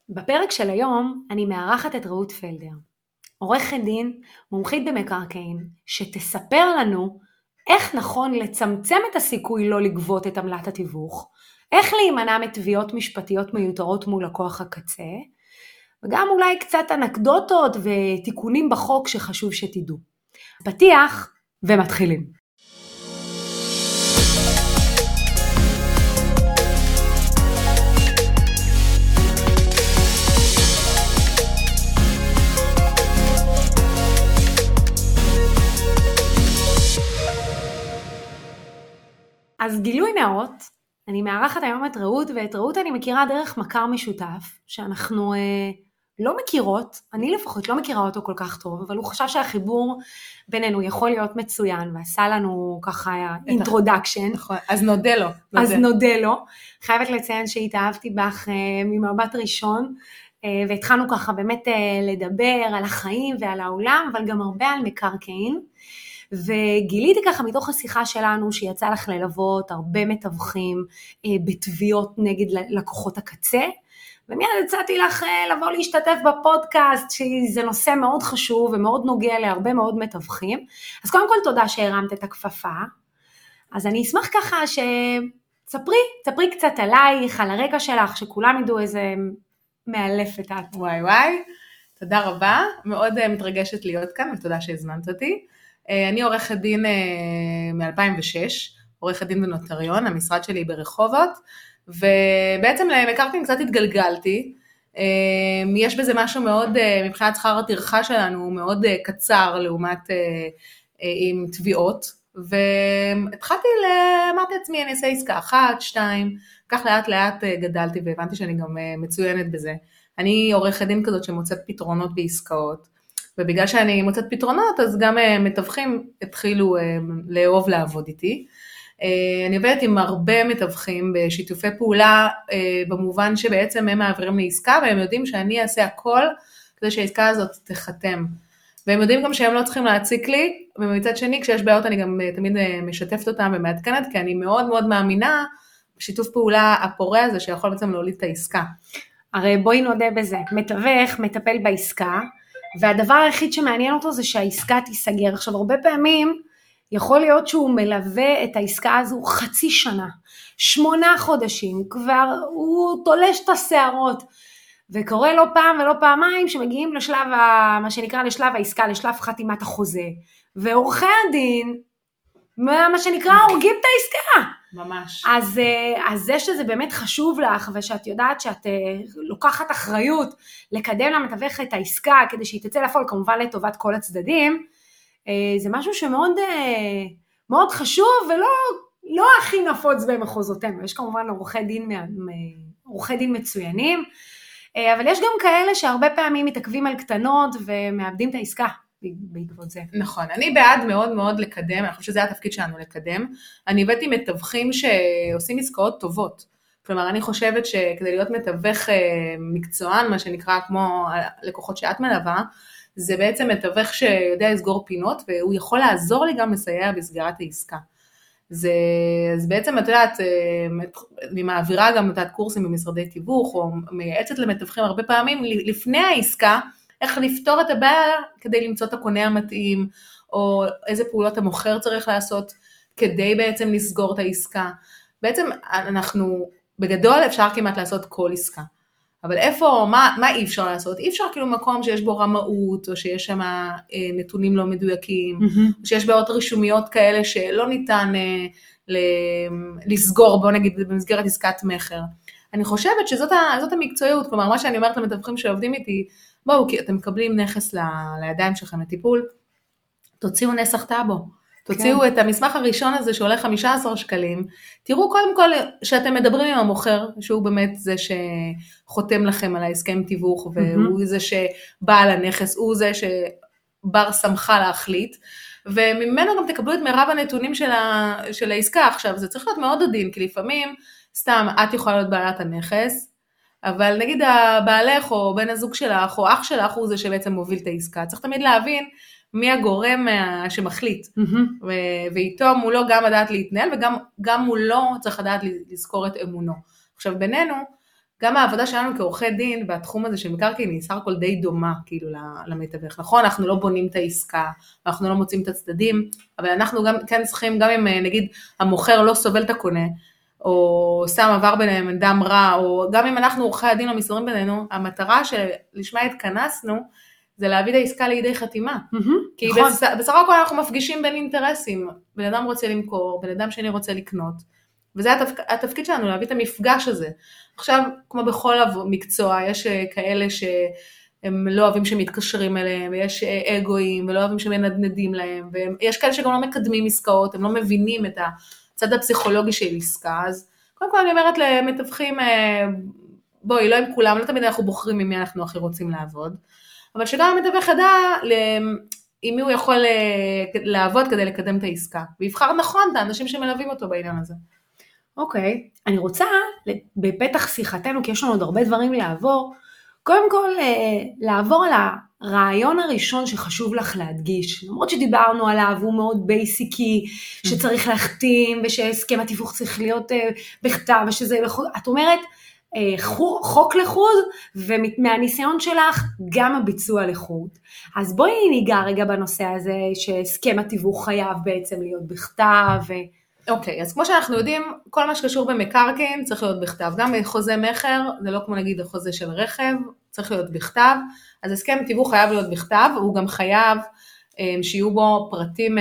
בפרק של היום אני מארחת את רעות פלדר, עורכת דין, מומחית במקרקעין, שתספר לנו איך נכון לצמצם את הסיכוי לא לגבות את עמלת התיווך, איך להימנע מתביעות משפטיות מיותרות מול לקוח הקצה, וגם אולי קצת אנקדוטות ותיקונים בחוק שחשוב שתדעו. פתיח ומתחילים. אז גילוי נאות, אני מארחת היום את רעות, ואת רעות אני מכירה דרך מכר משותף, שאנחנו לא מכירות, אני לפחות לא מכירה אותו כל כך טוב, אבל הוא חשב שהחיבור בינינו יכול להיות מצוין, ועשה לנו ככה אינטרודקשן. נכון, אז נודה לו. אז נודה לו. חייבת לציין שהתאהבתי בך ממבט ראשון, והתחלנו ככה באמת לדבר על החיים ועל העולם, אבל גם הרבה על מקרקעין. וגיליתי ככה מתוך השיחה שלנו שיצא לך ללוות הרבה מתווכים בתביעות נגד לקוחות הקצה, ומיד הצעתי לך לבוא להשתתף בפודקאסט, שזה נושא מאוד חשוב ומאוד נוגע להרבה מאוד מתווכים. אז קודם כל תודה שהרמת את הכפפה. אז אני אשמח ככה שתספרי קצת עלייך, על הרקע שלך, שכולם ידעו איזה מאלפת את. וואי, תודה רבה, מאוד מתרגשת להיות כאן, ותודה שהזמנת אותי. אני עורכת דין מ-2006, עורכת דין בנוטריון, המשרד שלי ברחובות, ובעצם למקרקעין קצת התגלגלתי. יש בזה משהו מאוד, מבחינת שכר הטרחה שלנו, מאוד קצר לעומת עם תביעות, והתחלתי אמרתי לעצמי, אני אעשה עסקה 1, 2, כך לאט לאט גדלתי והבנתי שאני גם מצוינת בזה. אני עורכת דין כזאת שמוצאת פתרונות בעסקאות, ובגלל שאני מוצאת פתרונות, אז גם מתווכים התחילו לאהוב לעבוד איתי. אני עובדת עם הרבה מתווכים בשיתופי פעולה, במובן שבעצם הם מעבירים לעסקה, והם יודעים שאני אעשה הכל, כדי שהעסקה הזאת תחתם. והם יודעים גם שהם לא צריכים להציק לי, ומצד שני, כשיש בעיות אני גם תמיד משתפת אותם ומעדכנת, כי אני מאוד מאוד מאמינה בשיתוף פעולה הפורה הזה, שיכול בעצם להוליד את העסקה. הרי בואי נודה בזה, מתווך מטפל בעסקה, והדבר היחיד שמעניין אותו זה שהעסקה תיסגר. עכשיו, הרבה פעמים יכול להיות שהוא מלווה את העסקה הזו חצי שנה, 8 חודשים, כבר הוא תולש את השערות, וקורה לא פעם ולא פעמיים שמגיעים לשלב, מה שנקרא לשלב העסקה, לשלב חתימת החוזה, ועורכי הדין, מה שנקרא, הורגים את העסקה. ממש. אז זה שזה באמת חשוב לך, ושאת יודעת שאת לוקחת אחריות לקדם למתווך את העסקה, כדי שהיא תצא לפעול כמובן לטובת כל הצדדים, זה משהו שמאוד מאוד חשוב, ולא הכי נפוץ במחוזותינו. יש כמובן עורכי דין מצוינים, אבל יש גם כאלה שהרבה פעמים מתעכבים על קטנות, ומאבדים את העסקה. בעקבות זה. נכון, אני בעד מאוד מאוד לקדם, אני חושבת שזה התפקיד שלנו לקדם, אני הבאתי מתווכים שעושים עסקאות טובות, כלומר אני חושבת שכדי להיות מתווך מקצוען, מה שנקרא כמו לקוחות שאת מלווה, זה בעצם מתווך שיודע לסגור פינות, והוא יכול לעזור לי גם לסייע בסגירת העסקה. אז בעצם את יודעת, אני מעבירה גם את קורסים במשרדי תיווך, או מייעצת למתווכים הרבה פעמים לפני העסקה, איך לפתור את הבעיה כדי למצוא את הקונה המתאים, או איזה פעולות המוכר צריך לעשות, כדי בעצם לסגור את העסקה. בעצם אנחנו, בגדול אפשר כמעט לעשות כל עסקה. אבל איפה, מה אי אפשר לעשות? אי אפשר כאילו מקום שיש בו רמאות, או שיש שם נתונים לא מדויקים, או שיש בעיות רישומיות כאלה שלא ניתן לסגור, בוא נגיד, במסגרת עסקת מחר. אני חושבת שזאת המקצועיות, כלומר, מה שאני אומרת למתווכים שעובדים איתי, בואו, כי אתם מקבלים נכס לידיים שלכם לטיפול, תוציאו נסח טאבו, תוציאו את המסמך הראשון הזה שעולה 15 שקלים, תראו קודם כל שאתם מדברים עם המוכר, שהוא באמת זה שחותם לכם על ההסכם תיווך, והוא זה שבעל הנכס, הוא זה שבר שמחה להחליט, וממנו גם תקבלו את מירב הנתונים של העסקה. עכשיו, זה צריך להיות מאוד עדין, כי לפעמים, סתם, את יכולה להיות בעלת הנכס, אבל נגיד הבעלך או בן הזוג שלך או אח שלך הוא זה שבעצם מוביל את העסקה. צריך תמיד להבין מי הגורם שמחליט, ואיתו מולו גם לדעת להתנהל, וגם מולו צריך לדעת לזכור את אמונו. עכשיו בינינו, גם העבודה שלנו כעורכי דין בתחום הזה של מקרקעין היא סך הכל די דומה כאילו למתווך. נכון, אנחנו לא בונים את העסקה, אנחנו לא מוצאים את הצדדים, אבל אנחנו גם כן צריכים, גם אם נגיד המוכר לא סובל את הקונה, או סתם עבר ביניהם דם רע, או גם אם אנחנו עורכי הדין לא מסתדרים בינינו, המטרה שלשמה התכנסנו, זה להביא את העסקה לידי חתימה. כי בסך הכל אנחנו מפגישים בין אינטרסים, בן אדם רוצה למכור, בן אדם שני רוצה לקנות, וזה התפקיד שלנו, להביא את המפגש הזה. עכשיו, כמו בכל מקצוע, יש כאלה שהם לא אוהבים שמתקשרים אליהם, ויש אגואים, ולא אוהבים שמנדנדים להם, ויש כאלה שגם לא מקדמים עסקאות, הם לא מבינים את הצד הפסיכולוגי של עסקה, אז קודם כל אני אומרת למתווכים, בואי, לא עם כולם, לא תמיד אנחנו בוחרים עם מי אנחנו הכי רוצים לעבוד, אבל שגם המתווך ידע עם מי הוא יכול לעבוד כדי לקדם את העסקה, ויבחר נכון את האנשים שמלווים אותו בעניין הזה. אוקיי, אני רוצה בפתח שיחתנו, כי יש לנו עוד הרבה דברים לעבור, קודם כל לעבור על הרעיון הראשון שחשוב לך להדגיש, למרות שדיברנו עליו, הוא מאוד בייסיקי, שצריך להחתים, ושהסכם התיווך צריך להיות בכתב, ושזה, את אומרת, חוק לחוד, ומהניסיון שלך גם הביצוע לחוד. אז בואי ניגע רגע בנושא הזה, שהסכם התיווך חייב בעצם להיות בכתב, אוקיי, אז כמו שאנחנו יודעים, כל מה שקשור במקרקעין צריך להיות בכתב, גם בחוזה מחר, זה לא כמו נגיד החוזה של רכב, צריך להיות בכתב, אז הסכם תיווך חייב להיות בכתב, הוא גם חייב שיהיו בו פרטים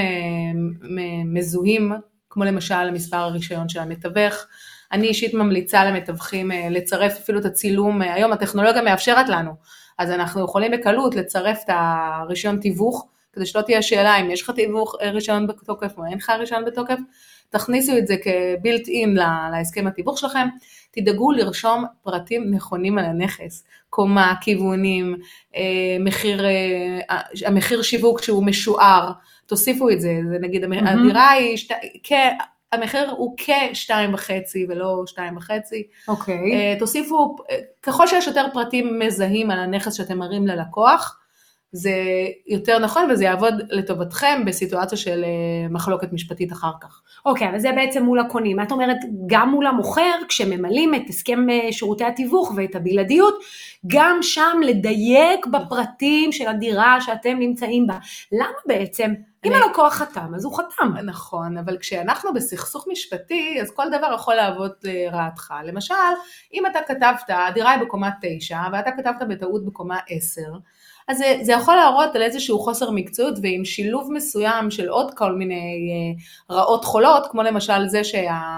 מזוהים, כמו למשל מספר הרישיון של המתווך, אני אישית ממליצה למתווכים לצרף אפילו את הצילום, היום הטכנולוגיה מאפשרת לנו, אז אנחנו יכולים בקלות לצרף את הרישיון תיווך, כדי שלא תהיה שאלה אם יש לך תיווך רישיון בתוקף או אין לך רישיון בתוקף, תכניסו את זה כבילט אין להסכם התיווך שלכם, תדאגו לרשום פרטים נכונים על הנכס, קומה, כיוונים, המחיר שיווק שהוא משוער, תוסיפו את זה, זה נגיד הדירה היא, המחיר הוא כ-2.5 ולא 2.5, אוקיי. תוסיפו, ככל שיש יותר פרטים מזהים על הנכס שאתם מראים ללקוח, זה יותר נכון וזה יעבוד לטובתכם בסיטואציה של מחלוקת משפטית אחר כך. אוקיי, אבל זה בעצם מול הקונים. את אומרת, גם מול המוכר, כשממלאים את הסכם שירותי התיווך ואת הבלעדיות, גם שם לדייק בפרטים של הדירה שאתם נמצאים בה. למה בעצם? אם הלקוח חתם, אז הוא חתם. נכון, אבל כשאנחנו בסכסוך משפטי, אז כל דבר יכול לעבוד לרעתך. למשל, אם אתה כתבת, הדירה היא בקומה 9, ואתה כתבת בטעות בקומה 10, אז זה יכול להראות על איזשהו חוסר מקצועיות, ועם שילוב מסוים של עוד כל מיני רעות חולות, כמו למשל זה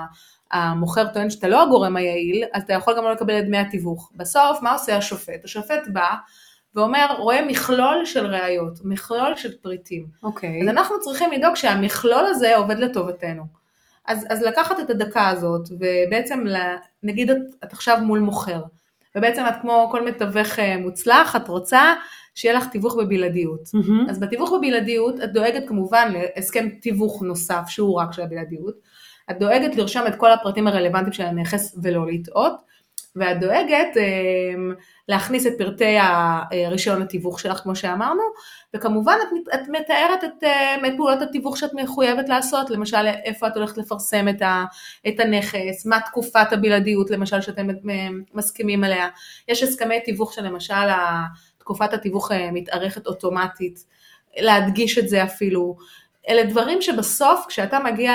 שהמוכר טוען שאתה לא הגורם היעיל, אז אתה יכול גם לא לקבל את דמי התיווך. בסוף, מה עושה השופט? השופט בא ואומר, רואה מכלול של ראיות, מכלול של פריטים. אוקיי. אז אנחנו צריכים לדאוג שהמכלול הזה עובד לטובתנו. אז לקחת את הדקה הזאת, ובעצם נגיד את עכשיו מול מוכר, ובעצם את כמו כל מתווך מוצלח, את רוצה שיהיה לך תיווך בבלעדיות. אז בתיווך בבלעדיות, את דואגת כמובן להסכם תיווך נוסף, שהוא רק של הבלעדיות, את דואגת לרשום את כל הפרטים הרלוונטיים של הנכס ולא לטעות, ואת דואגת להכניס את פרטי הרישיון התיווך שלך, כמו שאמרנו, וכמובן את מתארת את פעולות התיווך שאת מחויבת לעשות, למשל איפה את הולכת לפרסם את הנכס, מה תקופת הבלעדיות למשל שאתם מסכימים עליה, יש הסכמי תיווך שלמשל תקופת התיווך מתארכת אוטומטית, להדגיש את זה אפילו, אלה דברים שבסוף כשאתה מגיע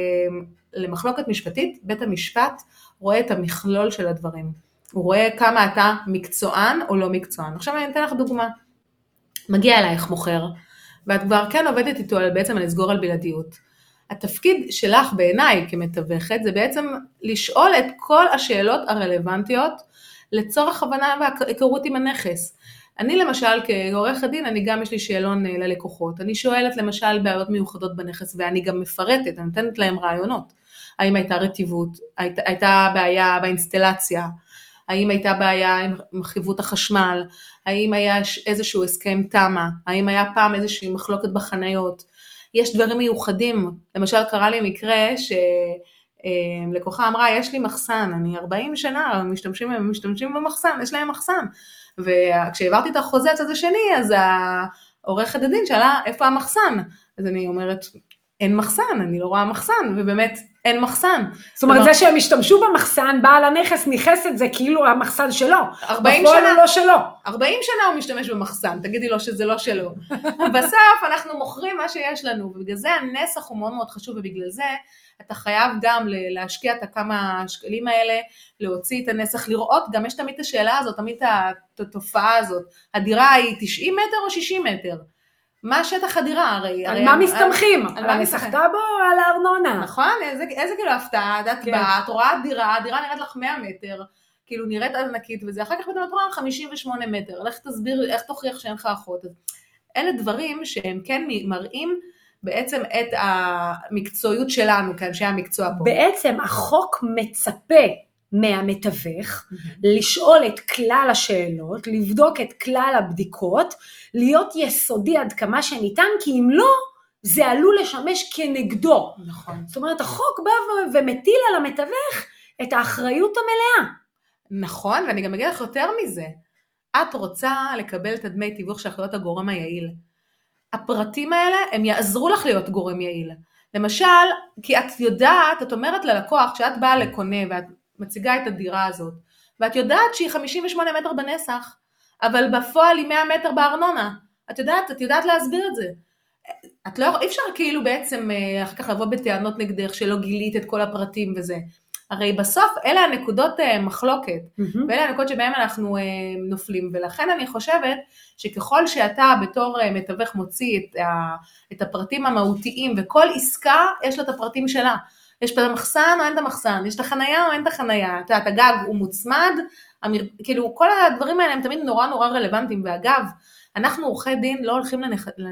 למחלוקת משפטית, בית המשפט רואה את המכלול של הדברים, הוא רואה כמה אתה מקצוען או לא מקצוען. עכשיו אני אתן לך דוגמה, מגיע אלייך מוכר, ואת כבר כן עובדת איתו בעצם על לסגור על בלעדיות. התפקיד שלך בעיניי כמתווכת, זה בעצם לשאול את כל השאלות הרלוונטיות, לצורך הבנה והיכרות עם הנכס. אני למשל כעורך הדין, אני גם יש לי שאלון ללקוחות, אני שואלת למשל בעיות מיוחדות בנכס, ואני גם מפרטת, אני נותנת להם רעיונות, האם הייתה רטיבות, הייתה בעיה באינסטלציה, האם הייתה בעיה עם חיווט החשמל, האם היה איזשהו הסכם תמה, האם היה פעם איזושהי מחלוקת בחניות, יש דברים מיוחדים, למשל קרה לי מקרה שלקוחה אמרה, יש לי מחסן, אני 40 שנה משתמשים במחסן, יש להם מחסן, וכשהעברתי את החוזה הצד השני, אז העורכת הדין שאלה, איפה המחסן? אז אני אומרת, אין מחסן, אני לא רואה מחסן, ובאמת אין מחסן. זאת אומרת, זה שהם השתמשו במחסן, בעל הנכס ניחס את זה כאילו המחסן שלו. 40 בפועל הוא לא שלו. 40 שנה הוא משתמש במחסן, תגידי לו שזה לא שלו. בסוף אנחנו מוכרים מה שיש לנו, ובגלל זה הנסח הוא מאוד מאוד חשוב, ובגלל זה אתה חייב גם להשקיע את הכמה שקלים האלה, להוציא את הנסח, לראות, גם יש תמיד את השאלה הזאת, תמיד את התופעה הזאת, הדירה היא 90 מטר או 60 מטר? מה שטח הדירה? על מה מסתמכים? על הנסח טאבו או על הארנונה? נכון, איזה כאילו הפתעה, את באה, את רואה דירה נראית לך 100 מטר, כאילו נראית ענקית וזה, אחר כך פתאום את רואה 58 מטר, לך תסביר, איך תוכיח שאין לך אחות. אלה דברים שהם כן מראים בעצם את המקצועיות שלנו, כאנשי המקצוע פה. בעצם החוק מצפה מהמתווך, לשאול את כלל השאלות, לבדוק את כלל הבדיקות, להיות יסודי עד כמה שניתן, כי אם לא, זה עלול לשמש כנגדו. נכון. זאת אומרת, החוק בא ומטיל על המתווך את האחריות המלאה. נכון, ואני גם אגיד לך יותר מזה. את רוצה לקבל את הדמי תיווך של להיות הגורם היעיל. הפרטים האלה, הם יעזרו לך להיות גורם יעיל. למשל, כי את יודעת, את אומרת ללקוח, כשאת באה לקונה ואת מציגה את הדירה הזאת, ואת יודעת שהיא 58 מטר בנסח, אבל בפועל היא 100 מטר בארנונה. את יודעת להסביר את זה. אי אפשר כאילו בעצם אחר כך לבוא בטענות נגדך שלא גילית את כל הפרטים וזה. הרי בסוף אלה הנקודות מחלוקת, ואלה הנקודות שבהם אנחנו נופלים, ולכן אני חושבת שככל שאתה בתור מתווך מוציא את הפרטים המהותיים, וכל עסקה יש לה את הפרטים שלה, יש את המחסן או אין את המחסן, יש את החנייה או אין את החנייה, את הגג הוא מוצמד, כאילו כל הדברים האלה הם תמיד נורא נורא רלוונטיים, ואגב, אנחנו עורכי דין לא הולכים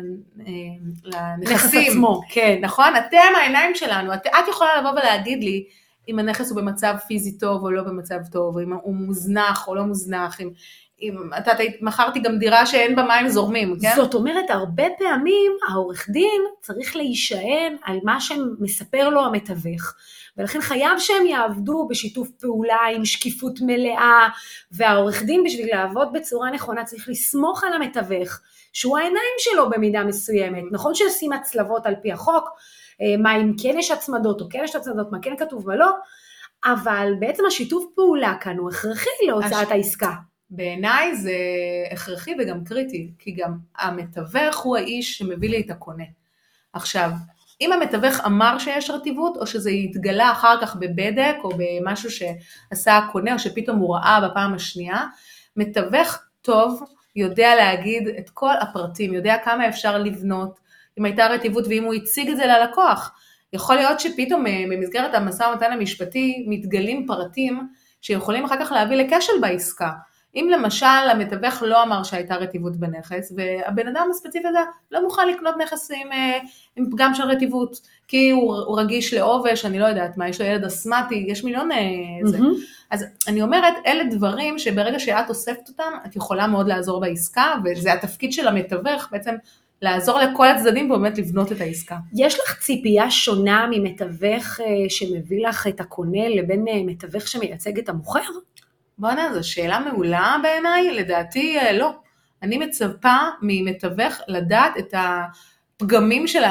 לנכסים, עצמו, כן. נכון? אתם העיניים שלנו, את יכולה לבוא ולהגיד לי, אם הנכס הוא במצב פיזי טוב או לא במצב טוב, אם הוא מוזנח או לא מוזנח, אם מכרתי גם דירה שאין בה מים זורמים, כן? זאת אומרת, הרבה פעמים העורך דין צריך להישען על מה שמספר לו המתווך, ולכן חייב שהם יעבדו בשיתוף פעולה עם שקיפות מלאה, והעורך דין בשביל לעבוד בצורה נכונה צריך לסמוך על המתווך, שהוא העיניים שלו במידה מסוימת, נכון שעושים הצלבות על פי החוק, מה אם כן יש הצמדות או כן יש הצמדות, מה כן כתוב ולא, אבל בעצם השיתוף פעולה כאן הוא הכרחי להוצאת העסקה. בעיניי זה הכרחי וגם קריטי, כי גם המתווך הוא האיש שמביא לי את הקונה. עכשיו, אם המתווך אמר שיש רטיבות, או שזה יתגלה אחר כך בבדק, או במשהו שעשה הקונה, או שפתאום הוא ראה בפעם השנייה, מתווך טוב יודע להגיד את כל הפרטים, יודע כמה אפשר לבנות, אם הייתה רטיבות, ואם הוא הציג את זה ללקוח. יכול להיות שפתאום במסגרת המשא ומתן המשפטי, מתגלים פרטים, שיכולים אחר כך להביא לכשל בעסקה. אם למשל המתווך לא אמר שהייתה רטיבות בנכס, והבן אדם הספציפי הזה לא מוכן לקנות נכס עם פגם של רטיבות, כי הוא רגיש לעובש, אני לא יודעת מה, יש לו ילד אסמטי, יש מיליון זה. אז אני אומרת, אלה דברים שברגע שאת אוספת אותם, את יכולה מאוד לעזור בעסקה, וזה התפקיד של המתווך בעצם, לעזור לכל הצדדים ובאמת לבנות את העסקה. יש לך ציפייה שונה ממתווך שמביא לך את הקונה, לבין מתווך שמייצג את המוכר? בוא'נה, זו שאלה מעולה בעיניי, לדעתי לא. אני מצפה ממתווך לדעת את הפגמים של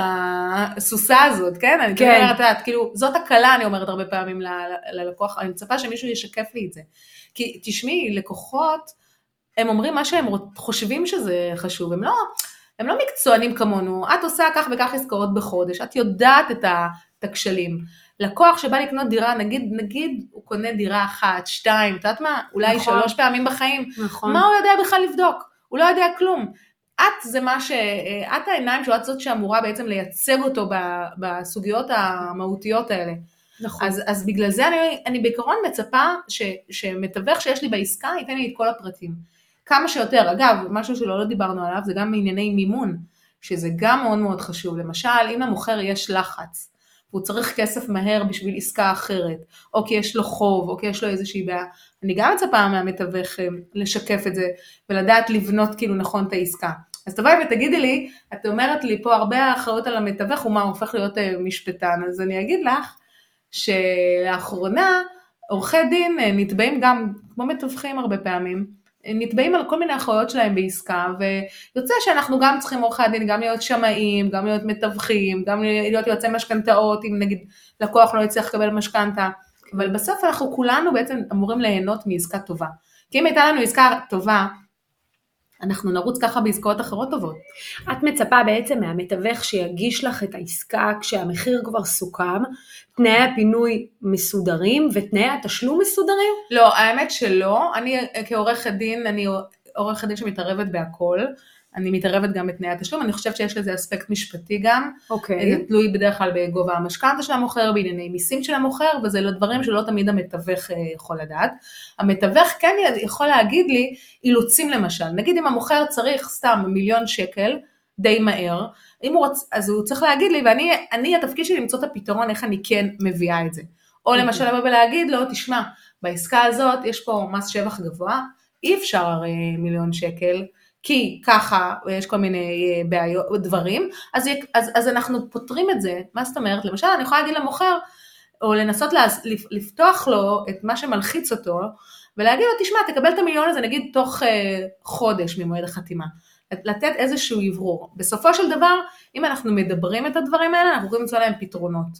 הסוסה הזאת, כן? אני אומרת, כאילו, זאת הקלה, אני אומרת הרבה פעמים ללקוח, אני מצפה שמישהו ישקף לי את זה. כי תשמעי, לקוחות, הם אומרים מה שהם חושבים שזה חשוב, הם לא מקצוענים כמונו, את עושה כך וכך עסקאות בחודש, את יודעת את הכשלים. לקוח שבא לקנות דירה, נגיד הוא קונה דירה 1, 2, את יודעת מה? אולי נכון. 3 פעמים בחיים. נכון. מה הוא יודע בכלל לבדוק? הוא לא יודע כלום. את העיניים שלו, את זאת שאמורה בעצם לייצג אותו בסוגיות המהותיות האלה. נכון. אז בגלל זה אני בעיקרון מצפה שמתווך שיש לי בעסקה ייתן לי את כל הפרטים. כמה שיותר, אגב, משהו שלא דיברנו עליו, זה גם ענייני מימון, שזה גם מאוד מאוד חשוב. למשל, אם למוכר יש לחץ, והוא צריך כסף מהר בשביל עסקה אחרת, או כי יש לו חוב, או כי יש לו איזושהי בעיה, אני גם מצפה מהמתווך לשקף את זה, ולדעת לבנות כאילו נכון את העסקה. אז תבואי ותגידי לי, את אומרת לי פה הרבה אחריות על המתווך, ומה הוא הופך להיות משפטן, אז אני אגיד לך, שלאחרונה, עורכי דין נתבעים גם, כמו מתווכים הרבה פעמים, נתבעים על כל מיני אחריות שלהם בעסקה, ויוצא שאנחנו גם צריכים עורכי הדין, גם להיות שמאים, גם להיות מתווכים, גם להיות יועצי משכנתאות, אם נגיד לקוח לא יצטרך לקבל משכנתה, אבל בסוף אנחנו כולנו בעצם אמורים ליהנות מעסקה טובה. כי אם הייתה לנו עסקה טובה, אנחנו נרוץ ככה בעסקאות אחרות טובות. את מצפה בעצם מהמתווך שיגיש לך את העסקה כשהמחיר כבר סוכם, תנאי הפינוי מסודרים ותנאי התשלום מסודרים? לא, האמת שלא. אני כעורכת דין, אני עורכת דין שמתערבת בהכל, אני מתערבת גם בתנאי התשלום, אני חושבת שיש לזה אספקט משפטי גם, זה תלוי בדרך כלל בגובה המשכנתה של המוכר, בענייני מיסים של המוכר, וזה לא דברים שלא תמיד המתווך יכול לדעת. המתווך כן יכול להגיד לי אילוצים למשל, נגיד אם המוכר צריך סתם 1,000,000 שקל, די מהר, אם הוא אז הוא צריך להגיד לי, ואני התפקיד שלי למצוא את הפתרון, איך אני כן מביאה את זה. או למשל לבוא ולהגיד לו, תשמע, בעסקה הזאת יש פה מס שבח גבוה, אי אפשר הרי 1,000,000 שקל, כי ככה יש כל מיני בעיות, דברים, אז אנחנו פותרים את זה. מה זאת אומרת? למשל, אני יכולה להגיד למוכר, או לנסות לפתוח לו את מה שמלחיץ אותו, ולהגיד לו, תשמע, תקבל את 1,000,000 הזה, נגיד תוך חודש ממועד החתימה. לתת איזשהו עברור. בסופו של דבר, אם אנחנו מדברים את הדברים האלה, אנחנו יכולים למצוא להם פתרונות.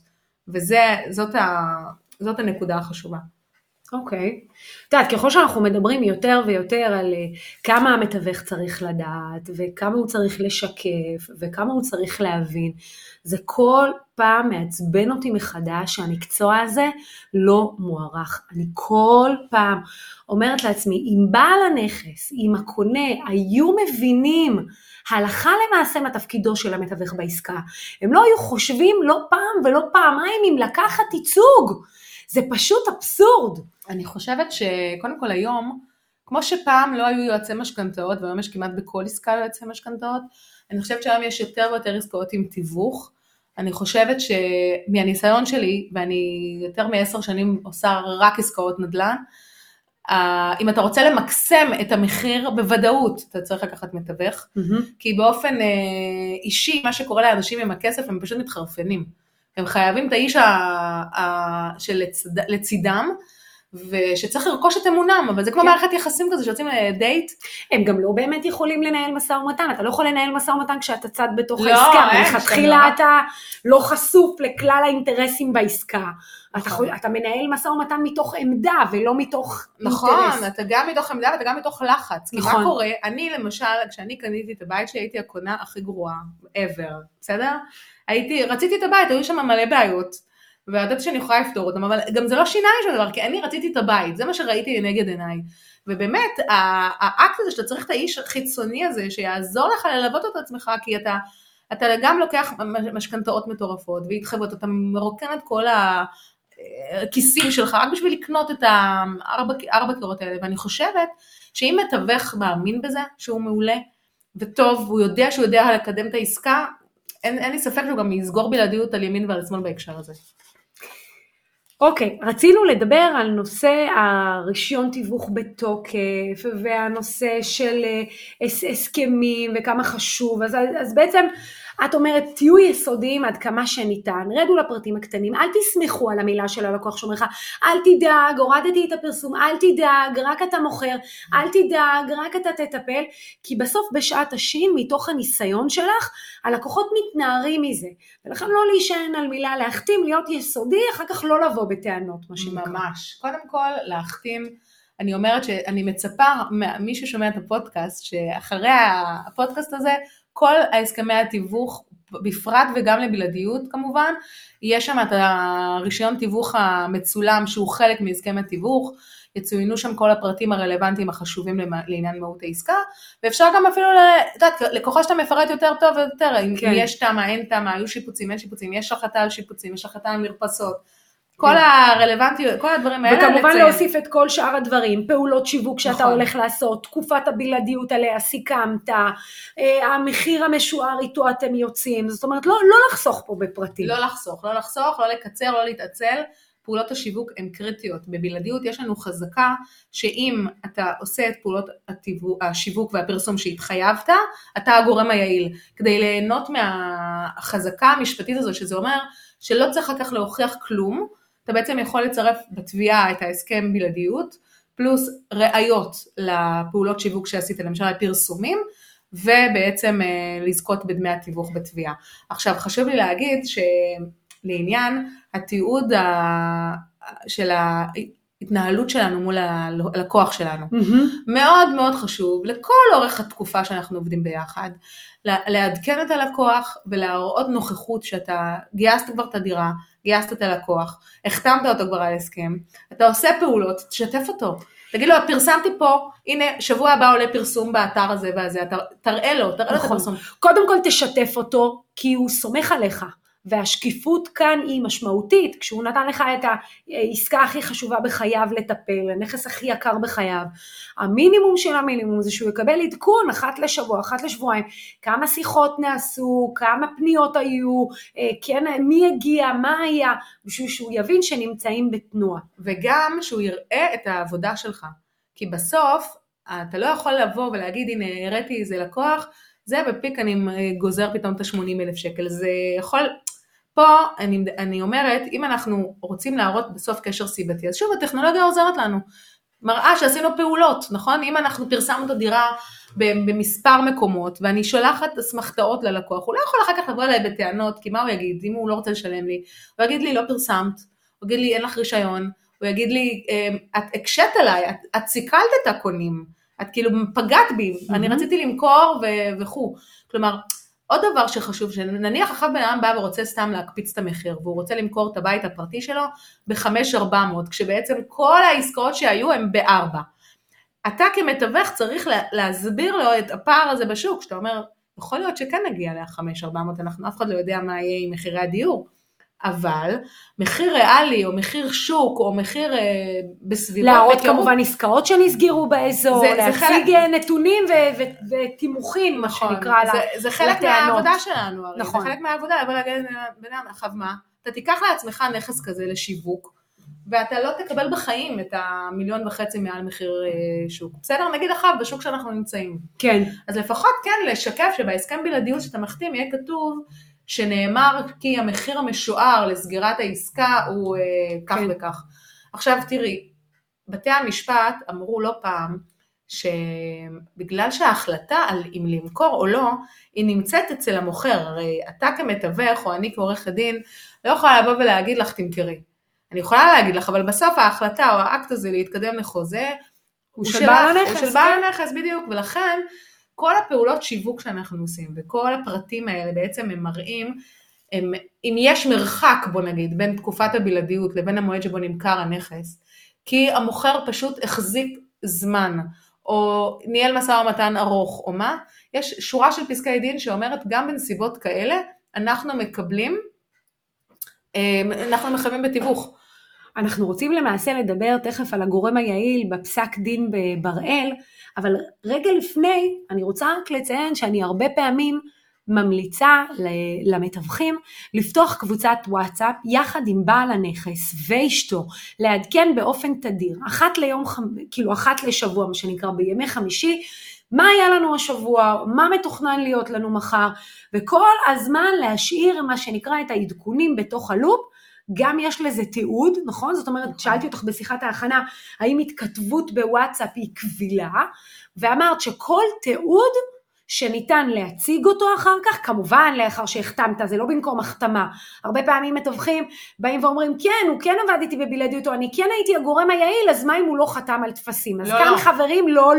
וזאת הנקודה החשובה. אוקיי. את יודעת, ככל שאנחנו מדברים יותר ויותר על כמה המתווך צריך לדעת, וכמה הוא צריך לשקף, וכמה הוא צריך להבין, זה כל פעם מעצבן אותי מחדש שהמקצוע הזה לא מוערך. אני כל פעם אומרת לעצמי, אם בעל הנכס, אם הקונה, היו מבינים הלכה למעשה מתפקידו של המתווך בעסקה, הם לא היו חושבים לא פעם ולא פעמיים אם לקחת ייצוג. זה פשוט אבסורד. אני חושבת שקודם כל היום, כמו שפעם לא היו יועצי משכנתאות, והיום יש כמעט בכל עסקה יועצי משכנתאות, אני חושבת שהיום יש יותר ויותר עסקאות עם תיווך. אני חושבת שמהניסיון שלי, ואני יותר מ10 שנים עושה רק עסקאות נדל"ן, אם אתה רוצה למקסם את המחיר בוודאות, אתה צריך לקחת מתווך, כי באופן אישי, מה שקורה לאנשים עם הכסף, הם פשוט מתחרפנים. הם חייבים את האיש שלצידם, ושצריך לרכוש את אמונם, אבל זה כמו מערכת יחסים כזה, שיוצאים לדייט. הם גם לא באמת יכולים לנהל משא ומתן, אתה לא יכול לנהל משא ומתן כשאתה צד בתוך העסקה, מלכתחילה אתה לא חשוף לכלל האינטרסים בעסקה, אתה מנהל משא ומתן מתוך עמדה, ולא מתוך אינטרס. נכון, אתה גם מתוך עמדה, ואתה גם מתוך לחץ, כי מה קורה, אני למשל, כשאני קניתי את הבית שלי, הייתי הקונה הכי גרועה, ever, בסדר? רציתי את הבית, היו שם מלא בעיות, וידעתי שאני יכולה לפתור אותם, אבל גם זה לא שינה לי שום דבר, כי אני רציתי את הבית, זה מה שראיתי לנגד עיניי, ובאמת, האקט הזה שאתה צריך את האיש החיצוני הזה, שיעזור לך ללוות את עצמך, כי אתה גם לוקח משכנתאות מטורפות, והתחייבות, אתה מרוקן את כל הכיסים שלך, רק בשביל לקנות את 4 קירות האלה, ואני חושבת, שאם מתווך מאמין בזה, שהוא מעולה, וטוב, הוא יודע שהוא יודע לקדם את העסקה, אין לי ספק שהוא גם יסגור בלעדיות על ימין ועל שמאל בהקשר הזה. אוקיי, רצינו לדבר על נושא הרישיון תיווך בתוקף, והנושא של הסכמים וכמה חשוב, אז בעצם את אומרת, תהיו יסודיים עד כמה שניתן, רדו לפרטים הקטנים, אל תסמכו על המילה של הלקוח שאומר לך, אל תדאג, הורדתי את הפרסום, אל תדאג, רק אתה מוכר, אל תדאג, רק אתה תטפל, כי בסוף בשעת השין, מתוך הניסיון שלך, הלקוחות מתנערים מזה, ולכן לא להישען על מילה, להחתים, להיות יסודי, אחר כך לא לבוא בטענות, מה שנקרא. ממש, קודם כל להחתים, אני אומרת שאני מצפה ממי ששומע את הפודקאסט, שאחרי הפודקאסט הזה, כל ההסכמי התיווך, בפרט וגם לבלעדיות כמובן, יש שם את הרישיון תיווך המצולם שהוא חלק מהסכם התיווך, יצוינו שם כל הפרטים הרלוונטיים החשובים לעניין מהות העסקה, ואפשר גם אפילו, לקוחה שאתה מפרט יותר טוב ויותר, אם יש תמה, אין תמה, היו שיפוצים, אין שיפוצים, יש החלטה על שיפוצים, יש החלטה על מרפסות, כל הרלוונטיות, כל הדברים האלה. וכמובן להוסיף את כל שאר הדברים, פעולות שיווק שאתה הולך לעשות, תקופת הבלעדיות עליה, סיכמת, המחיר המשוער איתו אתם יוצאים, זאת אומרת, לא לחסוך פה בפרטים. לא לחסוך, לא לקצר, לא להתעצל, פעולות השיווק הן קריטיות. בבלעדיות יש לנו חזקה, שאם אתה עושה את פעולות השיווק והפרסום שהתחייבת, אתה הגורם היעיל, כדי ליהנות מהחזקה המשפטית הזו, שזה אומר שלא צריך אחר כך להוכיח כלום, אתה בעצם יכול לצרף בתביעה את ההסכם בלעדיות, פלוס ראיות לפעולות שיווק שעשית, למשל הפרסומים, ובעצם לזכות בדמי התיווך בתביעה. עכשיו חשוב לי להגיד שלעניין התיעוד של ההתנהלות שלנו מול הלקוח שלנו, מאוד מאוד חשוב לכל אורך התקופה שאנחנו עובדים ביחד, לעדכן את הלקוח ולהראות נוכחות שאתה גייסת כבר את הדירה, גייסת את הלקוח, החתמת אותו כבר על הסכם, אתה עושה פעולות, תשתף אותו. תגיד לו, פרסמתי פה, הנה, שבוע הבא עולה פרסום באתר הזה והזה, תראה לו את הפרסום. קודם כל תשתף אותו, כי הוא סומך עליך, והשקיפות כאן היא משמעותית, כשהוא נתן לך את העסקה הכי חשובה בחייו לטפל, הנכס הכי יקר בחייו, המינימום של המינימום זה שהוא יקבל עדכון אחת לשבוע, אחת לשבועיים, כמה שיחות נעשו, כמה פניות היו, כן, מי הגיע, מה היה, בשביל שהוא יבין שנמצאים בתנועה. וגם שהוא יראה את העבודה שלך, כי בסוף אתה לא יכול לבוא ולהגיד, הנה הראיתי איזה לקוח, זה בפיק אני גוזר פתאום את ה-80,000 שקל, זה יכול, פה אני אומרת, אם אנחנו רוצים להראות בסוף קשר סיבתי, אז שוב הטכנולוגיה עוזרת לנו, מראה שעשינו פעולות, נכון? אם אנחנו פרסמנו את הדירה במספר מקומות, ואני שולחת אסמכתאות ללקוח, הוא לא יכול אחר כך לבוא אליי בטענות, כי מה הוא יגיד, אם הוא לא רוצה לשלם לי, הוא יגיד לי לא פרסמת, הוא יגיד לי אין לך רישיון, הוא יגיד לי את הקשת עליי, את סיכלת את הקונים, את כאילו פגעת בי, אני רציתי למכור וכו'. כלומר, עוד דבר שחשוב, שנניח אחת בן אדם בא ורוצה סתם להקפיץ את המחיר, והוא רוצה למכור את הבית הפרטי שלו ב-5,400, כשבעצם כל העסקאות שהיו הם ב-4. אתה כמתווך צריך להסביר לו את הפער הזה בשוק, שאתה אומר, יכול להיות שכן נגיע ל-5,400, אנחנו אף אחד לא יודע מה יהיה עם מחירי הדיור, אבל מחיר ריאלי או מחיר שוק או מחיר בסביבות להראות כמובן עסקאות שנסגרו באזור, להציג נתונים ותימוכים, נכון, מה שנקרא זה חלק מהעבודה שלנו, הרי. נכון. זה חלק מהעבודה, אבל להגיד בנם, אחר מה, אתה תיקח לעצמך נכס כזה לשיווק, ואתה לא תקבל בחיים את 1.5 מיליון מעל מחיר שוק. בסדר, נגיד אחר בשוק שאנחנו נמצאים. כן. אז לפחות כן לשקף שבהסכם בלעדיות שאתה מחתים יהיה כתוב, שנאמר כי המחיר המשוער לסגירת העסקה הוא כך וכך. עכשיו תראי, בתי המשפט אמרו לא פעם, שבגלל שההחלטה על אם למכור או לא, היא נמצאת אצל המוכר, הרי אתה כמתווך או אני כעורך הדין, לא יכולה לבוא ולהגיד לך תמכרי. אני יכולה להגיד לך, אבל בסוף ההחלטה או האקט הזה להתקדם לחוזה, הוא של בעל הנכס בדיוק, ולכן, כל הפעולות שיווק שאנחנו עושים, וכל הפרטים האלה בעצם הם מראים, אם יש מרחק בוא נגיד, בין תקופת הבלעדיות לבין המועד שבו נמכר הנכס, כי המוכר פשוט החזיק זמן, או ניהל משא ומתן ארוך, או מה, יש שורה של פסקי דין שאומרת גם בנסיבות כאלה, אנחנו מחייבים בתיווך. אנחנו רוצים למעשה לדבר תכף על הגורם היעיל בפסק דין בבראל, אבל רגע לפני אני רוצה רק לציין שאני הרבה פעמים ממליצה למתווכים לפתוח קבוצת וואטסאפ יחד עם בעל הנכס ואשתו, לעדכן באופן תדיר, אחת לשבוע, מה שנקרא בימי חמישי, מה היה לנו השבוע, מה מתוכנן להיות לנו מחר, וכל הזמן להשאיר מה שנקרא את העדכונים בתוך הלופ, גם יש לזה תיעוד, נכון? זאת אומרת, שאלתי אותך בשיחת ההכנה, האם התכתבות בוואטסאפ היא קבילה, ואמרת שכל תיעוד שניתן להציג אותו אחר כך, כמובן לאחר שהחתמת, זה לא במקום החתמה, הרבה פעמים מתווכים, באים ואומרים, כן, הוא כן עבד איתי בבלעדיות, או אני כן הייתי הגורם היעיל, אז מה אם הוא לא חתם על תפסים? אז כאן חברים, לא.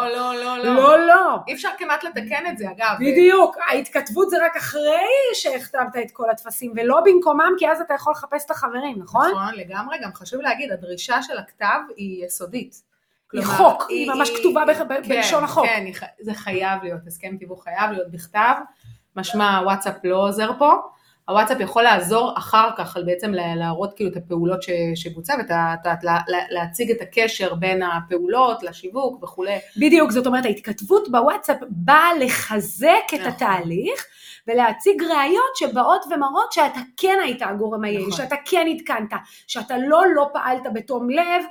אי אפשר כמעט לתקן את זה, אגב. בדיוק, ההתכתבות זה רק אחרי שהחתמת את כל התפסים, ולא במקומם, כי אז אתה יכול לחפש את החברים, נכון? נכון, לגמרי, גם חשוב להגיד, הדרישה של הכתב היא יסודית. היא חוק, היא ממש כתובה בלשון החוק. כן, זה חייב להיות, הסכם תיווך חייב להיות בכתב, משמע וואטסאפ לא עוזר פה, הוואטסאפ יכול לעזור אחר כך, בעצם להראות כאילו את הפעולות שבוצע, ולהציג את הקשר בין הפעולות לשיווק וכו'. בדיוק, זאת אומרת, ההתכתבות בוואטסאפ באה לחזק את התהליך, ולהציג ראיות שבאות ומראות שאתה כן היית הגורם היעיל, שאתה כן התקנת, שאתה לא פעלת בתום לב,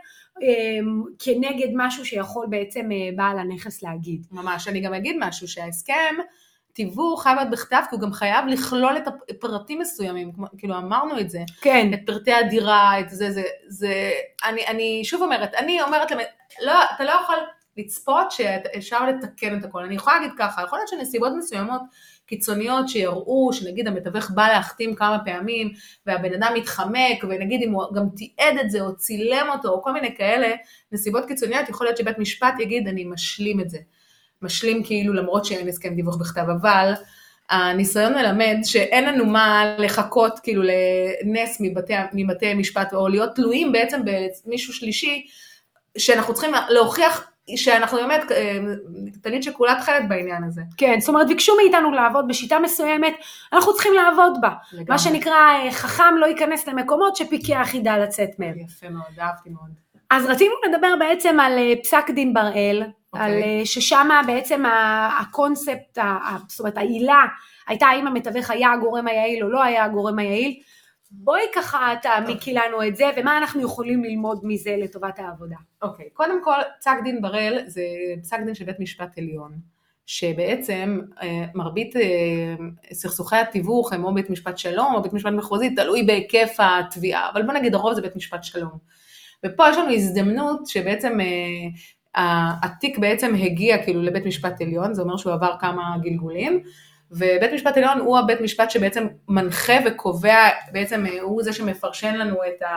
כנגד משהו שיכול בעצם בעל הנכס להגיד. ממש, אני גם אגיד משהו שההסכם תיווך חייב להיות בכתב, כי הוא גם חייב לכלול את הפרטים מסוימים, כאילו אמרנו את זה, כן. את פרטי הדירה, את זה, אני שוב אומרת, לא, אתה לא יכול לצפות שאפשר לתקן את הכל, אני יכולה להגיד ככה, יכול להיות שנסיבות מסוימות קיצוניות שיראו, שנגיד המתווך בא להחתים כמה פעמים, והבן אדם מתחמק, ונגיד אם הוא גם תיעד את זה, או צילם אותו, או כל מיני כאלה, נסיבות קיצוניות, יכול להיות שבית משפט יגיד, אני משלים את זה. משלים כאילו למרות שאין הסכם דיווח בכתב, אבל הניסיון מלמד שאין לנו מה לחכות כאילו לנס מבתי משפט, או להיות תלויים בעצם במישהו שלישי, שאנחנו צריכים להוכיח שאנחנו באמת, תלית שכולה תחלת בעניין הזה. כן, זאת אומרת, ביקשו מאיתנו לעבוד בשיטה מסוימת, אנחנו צריכים לעבוד בה. לגמרי. מה שנקרא, חכם לא ייכנס למקומות שפיקח ידע לצאת מהם. יפה מאוד, אהבתי מאוד. אז רצינו לדבר בעצם על פסק דין בראל, על ששם בעצם הקונספט, זאת אומרת, העילה, הייתה האם המתווך היה הגורם היעיל או לא היה הגורם היעיל. בואי ככה תעמיקי לנו את זה, ומה אנחנו יכולים ללמוד מזה לטובת העבודה. אוקיי, קודם כל, פסק דין בראל זה פסק דין של בית משפט עליון, שבעצם מרבית סכסוכי התיווך הם או בית משפט שלום או בית משפט מחוזי, תלוי בהיקף התביעה, אבל בוא נגיד הרוב זה בית משפט שלום. ופה יש לנו הזדמנות שבעצם התיק בעצם הגיע כאילו לבית משפט עליון, זה אומר שהוא עבר כמה גלגולים, ובית משפט עליון הוא הבית משפט שבעצם מנחה וקובע, בעצם הוא זה שמפרשן לנו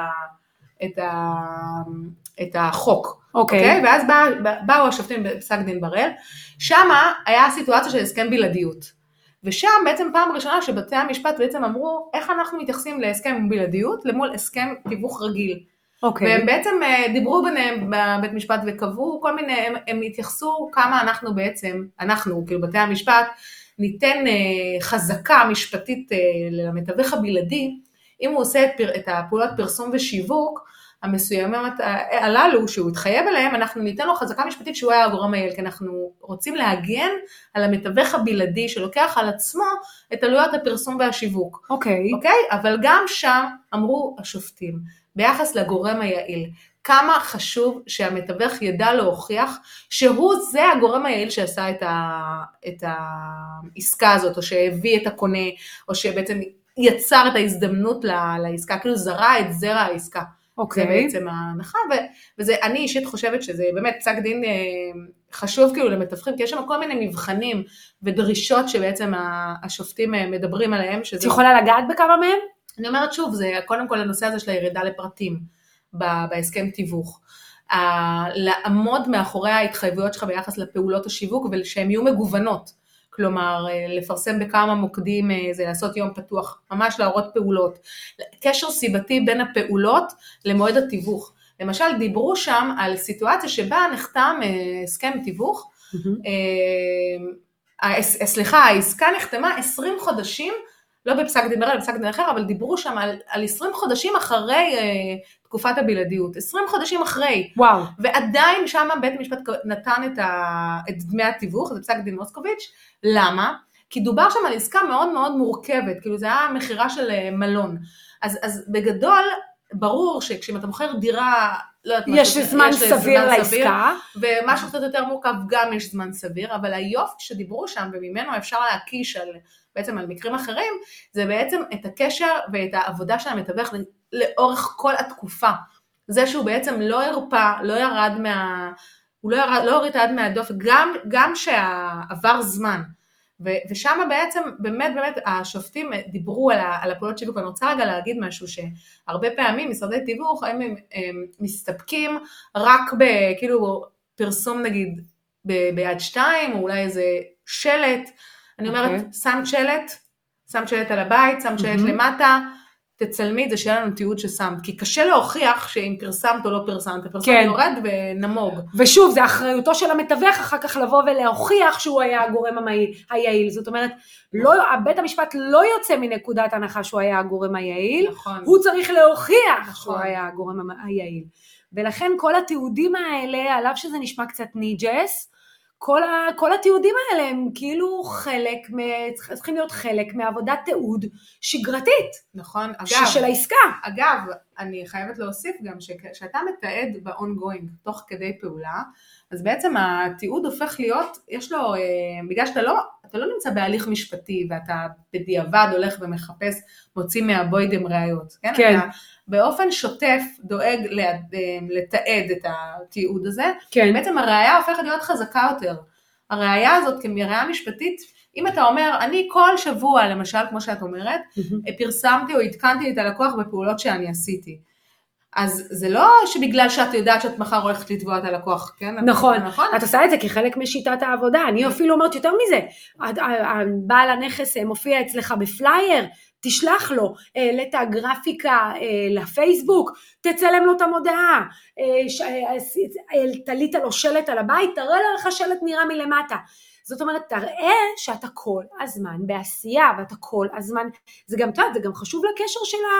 את החוק. אוקיי. ואז באו השופטים בפסק דין בראל, שמה היה סיטואציה של הסכם בלעדיות. ושם בעצם פעם ראשונה שבתי המשפט בעצם אמרו, איך אנחנו מתייחסים להסכם בלעדיות למול הסכם תיווך רגיל. והם בעצם דיברו ביניהם בבית משפט וקבעו כל מיני, הם התייחסו כמה אנחנו בעצם, כאילו בתי המשפט, ניתן חזקה משפטית למתווך הבלעדי, אם הוא עושה את הפעולות פרסום ושיווק, המסוימות הללו שהוא התחייב אליהם, אנחנו ניתן לו חזקה משפטית שהוא היה הגורם היעיל, כי אנחנו רוצים להגן על המתווך הבלעדי שלוקח על עצמו את עלויות הפרסום והשיווק. אוקיי. אבל גם שם אמרו השופטים, ביחס לגורם היעיל, כמה חשוב שהמתווך ידע להוכיח שהוא זה הגורם היעיל שעשה את העסקה הזאת, או שהביא את הקונה, או שבעצם יצר את ההזדמנות לעסקה, כאילו זרע את זרע העסקה. אוקיי. זה בעצם ההנחה, וזה, אני אישית חושבת שזה באמת פסק דין חשוב כאילו למתווכים, כי יש שם כל מיני מבחנים ודרישות שבעצם השופטים מדברים עליהם. את יכולה לגעת בכמה מהם? אני אומרת שוב, זה קודם כל הנושא הזה של הירידה לפרטים בהסכם תיווך. לעמוד מאחורי ההתחייבויות שלך ביחס לפעולות השיווק, ושהן יהיו מגוונות. כלומר, לפרסם בכמה מוקדים, זה לעשות יום פתוח, ממש להראות פעולות. קשר סיבתי בין הפעולות למועד התיווך. למשל, דיברו שם על סיטואציה שבה נחתם הסכם תיווך, העסקה נחתמה 20 חודשים, לא בפסק דין בראל, בפסק דין אחר, אבל דיברו שם על 20 חודשים אחרי תקופת הבלעדיות, 20 חודשים אחרי. וואו. ועדיין שם בית המשפט נתן את דמי התיווך, זה פסק דין מוסקוביץ'. למה? כי דובר שם על עסקה מאוד מאוד מורכבת, כאילו זה היה מחירה של מלון. אז בגדול, ברור שכשאם אתה מוכר דירה, לא יודעת, יש זמן סביר לעסקה, ומשהו קצת יותר מורכב גם יש זמן סביר, אבל היופי שדיברו שם, וממנו אפשר להקיש בעצם על מקרים אחרים, זה בעצם את הקשר ואת העבודה של המתווך לאורך כל התקופה. זה שהוא בעצם לא הרפא, לא ירד הוא לא הוריד את היד מהדופק, גם שעבר זמן. ושם בעצם באמת השופטים דיברו על הפעולות שיווק. אני רוצה רגע להגיד משהו שהרבה פעמים משרדי תיווך הם מסתפקים רק בכאילו פרסום נגיד ביד 2 או אולי איזה שלט. אני אומרת שמת שלט על הבית, שמת שלט למטה, תצלמי את זה שיהיה לנו תיעוד ששמת, כי קשה להוכיח שאם פרסמת או לא פרסמת, הפרסום יורד ונמוג. ושוב, זה אחריותו של המתווך אחר כך לבוא ולהוכיח שהוא היה הגורם היעיל, זאת אומרת, בית המשפט לא יוצא מנקודת הנחה שהוא היה הגורם היעיל, נכון. הוא צריך להוכיח נכון. שהוא היה הגורם היעיל, ולכן כל התיעודים האלה, עליו שזה נשמע קצת ניג'ס, כל התיעודים האלה הם כאילו צריכים להיות חלק מעבודת תיעוד שגרתית. נכון, של העסקה. אגב, אני חייבת להוסיף גם שאתה מתעד ב-ongoing, תוך כדי פעולה, אז בעצם התיעוד הופך להיות, יש לו, בגלל שאתה לא נמצא בהליך משפטי, ואתה בדיעבד הולך ומחפש, מוציא מהבוידם ראיות, כן? כן. אתה באופן שוטף דואג לתעד את התיעוד הזה, כן. בעצם הראיה הופכת להיות חזקה יותר. הראיה הזאת כראיה משפטית, אם אתה אומר, אני כל שבוע, למשל, כמו שאת אומרת, פרסמתי או התקנתי את הלקוח בפעולות שאני עשיתי. אז זה לא שבגלל שאת יודעת שאת מחר הולכת לתבוע את הלקוח, כן? נכון, את עושה את זה כחלק משיטת העבודה, אני אפילו אומרת יותר מזה, בעל הנכס מופיע אצלך בפלייר, תשלח לו את הגרפיקה לפייסבוק, תצלם לו את המודעה, תלית לו שלט על הבית, תראה לך שלט נראה מלמטה, זאת אומרת, תראה שאתה כל הזמן בעשייה, ואתה כל הזמן, זה גם חשוב לקשר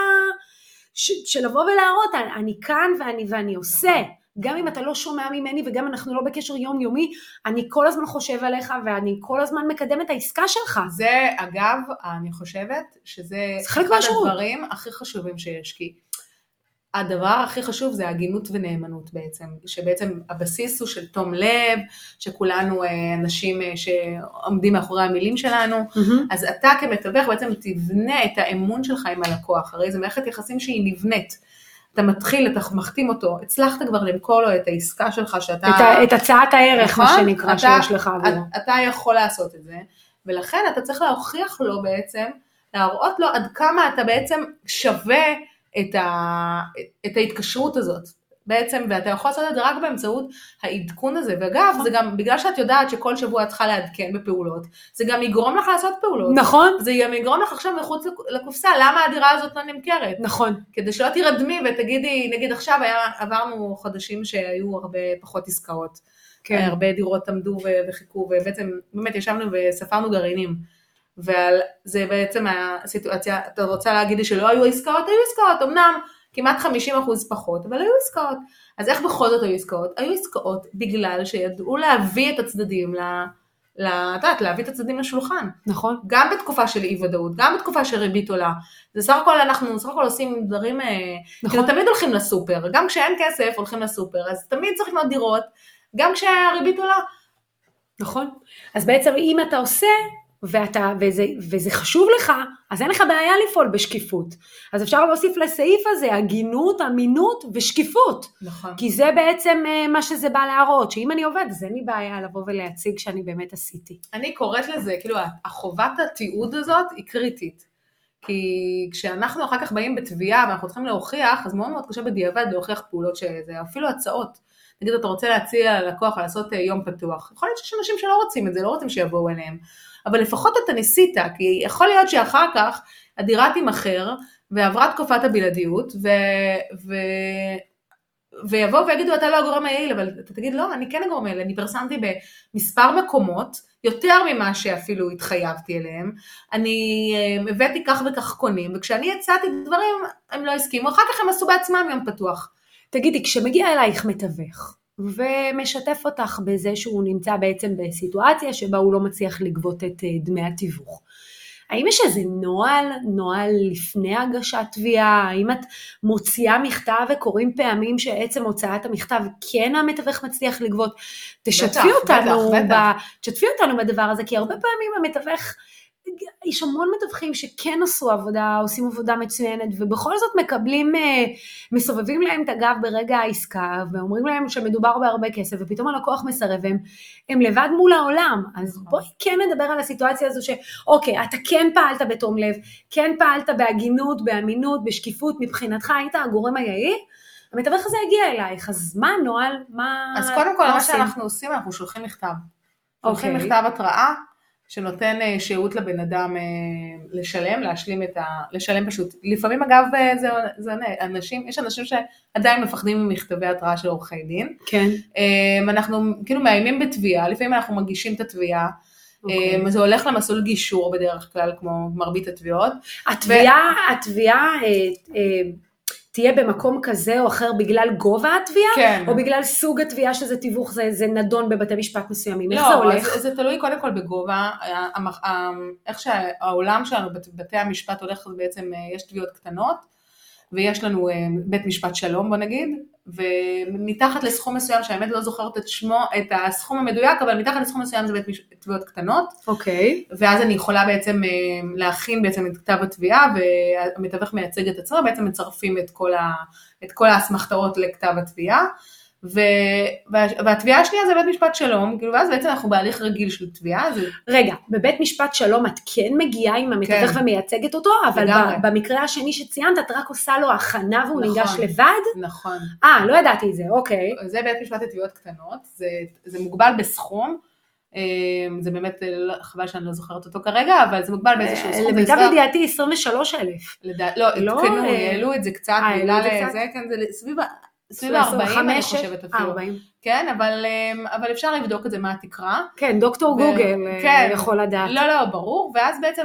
של לבוא ולהראות, אני כאן ואני עושה, גם אם אתה לא שומע ממני וגם אנחנו לא בקשר יומיומי, אני כל הזמן חושב עליך ואני כל הזמן מקדם את העסקה שלך. זה אגב, אני חושבת שזה אחד הדברים הכי חשובים שיש, כי הדבר הכי חשוב זה הגינות ונאמנות בעצם, שבעצם הבסיס הוא של תום לב, שכולנו אנשים שעומדים מאחורי המילים שלנו, אז אתה כמתווך בעצם תבנה את האמון שלך עם הלקוח, הרי זה מערכת יחסים שהיא נבנית, אתה מתחיל, אתה מחתים אותו, הצלחת כבר למכור לו את העסקה שלך, שאתה... את הצעת הערך, מה שנקרא, שיש לך עבורו. אתה יכול לעשות את זה, ולכן אתה צריך להוכיח לו בעצם, להראות לו עד כמה אתה בעצם שווה את ההתקשרות הזאת, בעצם, ואתה יכול לעשות את זה רק באמצעות העדכון הזה, ואגב, זה גם, בגלל שאת יודעת שכל שבוע את צריכה לעדכן בפעולות, זה גם יגרום לך לעשות פעולות. נכון. זה גם יגרום לך עכשיו מחוץ לקופסה, למה הדירה הזאת לא נמכרת? נכון. כדי שלא תירדמי ותגידי, נגיד עכשיו עברנו חודשים שהיו הרבה פחות עסקאות, כן. הרבה דירות עמדו וחיכו, ובעצם באמת ישבנו וספרנו גרעינים, וזה בעצם הסיטואציה, אתה רוצה להגיד לי שלא היו עסקאות? היו עסקאות, אמנם כמעט 50% פחות, אבל היו עסקאות. אז איך בכל זאת היו עסקאות? היו עסקאות בגלל שידעו להביא את הצדדים, להביא את הצדדים לשולחן. נכון. גם בתקופה של אי ודאות, גם בתקופה של ריבית עולה. זה סך הכל אנחנו סך הכל עושים דברים, נכון. כאילו תמיד הולכים לסופר, גם כשאין כסף הולכים לסופר, אז תמיד צריך לקנות דירות, גם כשהריבית עולה. נכון. אז בעצם אם אתה עושה, וזה חשוב לך, אז אין לך בעיה לפעול בשקיפות. אז אפשר להוסיף לסעיף הזה, הגינות, אמינות ושקיפות. נכון. כי זה בעצם מה שזה בא להראות, שאם אני עובד, אז אין לי בעיה לבוא ולהציג שאני באמת עשיתי. אני קוראת לזה, כאילו, החובת התיעוד הזאת היא קריטית. כי כשאנחנו אחר כך באים בתביעה, ואנחנו צריכים להוכיח, אז מאוד מאוד קשה בדיעבד להוכיח פעולות שזה, אפילו הצעות. נגיד, אתה רוצה להציע ללקוח לעשות יום פתוח. יכול להיות שיש אנשים שלא רוצים את זה, לא רוצים שיבואו אליהם. אבל לפחות אתה ניסית, כי יכול להיות שאחר כך הדירה תימכר, ועברה תקופת הבלעדיות, ויבואו ויגידו, אתה לא הגורם היעיל, אבל אתה תגיד, לא, אני כן הגורם היעיל, אני פרסמתי במספר מקומות, יותר ממה שאפילו התחייבתי אליהם, אני הבאתי כך וכך קונים, וכשאני יצאתי דברים, הם לא הסכימו, אחר כך הם עשו בעצמם יום פתוח. תגידי, כשמגיע אלייך מתווך, ומשתף אותך בזה שהוא נמצא בעצם בסיטואציה שבה הוא לא מצליח לגבות את דמי התיווך. האם יש איזה נוהל לפני הגשת תביעה? האם את מוציאה מכתב וקוראים פעמים שעצם הוצאת המכתב כן המתווך מצליח לגבות? תשתפי אותנו בדבר הזה, כי הרבה פעמים המתווך, יש המון מתווכים שכן עושים עבודה מצוינת, ובכל זאת מסובבים להם את הגב ברגע העסקה, ואומרים להם שמדובר בהרבה כסף, ופתאום הלקוח מסרב, הם לבד מול העולם. אז בואי כן נדבר על הסיטואציה הזו שאוקיי, אתה כן פעלת בתום לב, כן פעלת בהגינות, באמינות, בשקיפות, מבחינתך היית הגורם היעיל, המתווך הזה הגיע אלייך, אז מה הנוהל? אז קודם כל, מה שאנחנו עושים, אנחנו שולחים מכתב. שולחים מכתב התראה, שנותן שהות לבן אדם לשלם פשוט. לפעמים אגב, יש אנשים שעדיין מפחדים ממכתבי התראה של עורכי דין. כן. אנחנו כאילו מאיימים בתביעה, לפעמים אנחנו מגישים את התביעה, זה הולך למסלול גישור בדרך כלל, כמו מרבית התביעות. התביעה תהיה במקום כזה או אחר בגלל גובה התביעה, כן. או בגלל סוג התביעה שזה תיווך, זה נדון בבתי משפט מסוימים. איך לא, זה הולך? זה תלוי קודם כל בגובה, איך שהעולם שלנו, בתי המשפט הולך, בעצם יש תביעות קטנות, ויש לנו בית משפט שלום, בוא נגיד, ומתחת לסכום מסוים, שהאמת לא זוכרת את שמו, את הסכום המדויק, אבל מתחת לסכום מסוים זה תביעות קטנות. אוקיי. ואז אני יכולה בעצם להכין בעצם את כתב התביעה, והמתווך מייצג את עצמו, בעצם מצרפים את כל האסמכתאות לכתב התביעה, והתביעה השנייה זה בית משפט שלום, כאילו, ואז בעצם אנחנו בהליך רגיל של תביעה. רגע, בבית משפט שלום את כן מגיעה עם המתווך ומייצגת אותו, אבל במקרה השני שציינת, את רק עושה לו הכנה והוא ניגש לבד? נכון. לא ידעתי את זה, אוקיי. זה בית משפט לתביעות קטנות, זה מוגבל בסכום, זה באמת חבל שאני לא זוכרת אותו כרגע, אבל זה מוגבל באיזשהו סכום. למיטב ידיעתי 23,000. לא, התקנו, העלו את זה קצת, זה סביב 40, אני חושבת אפילו. כן, אבל אפשר לבדוק את זה מה התקרה. כן, דוקטור גוגל יכול לדעת. לא, ברור, ואז בעצם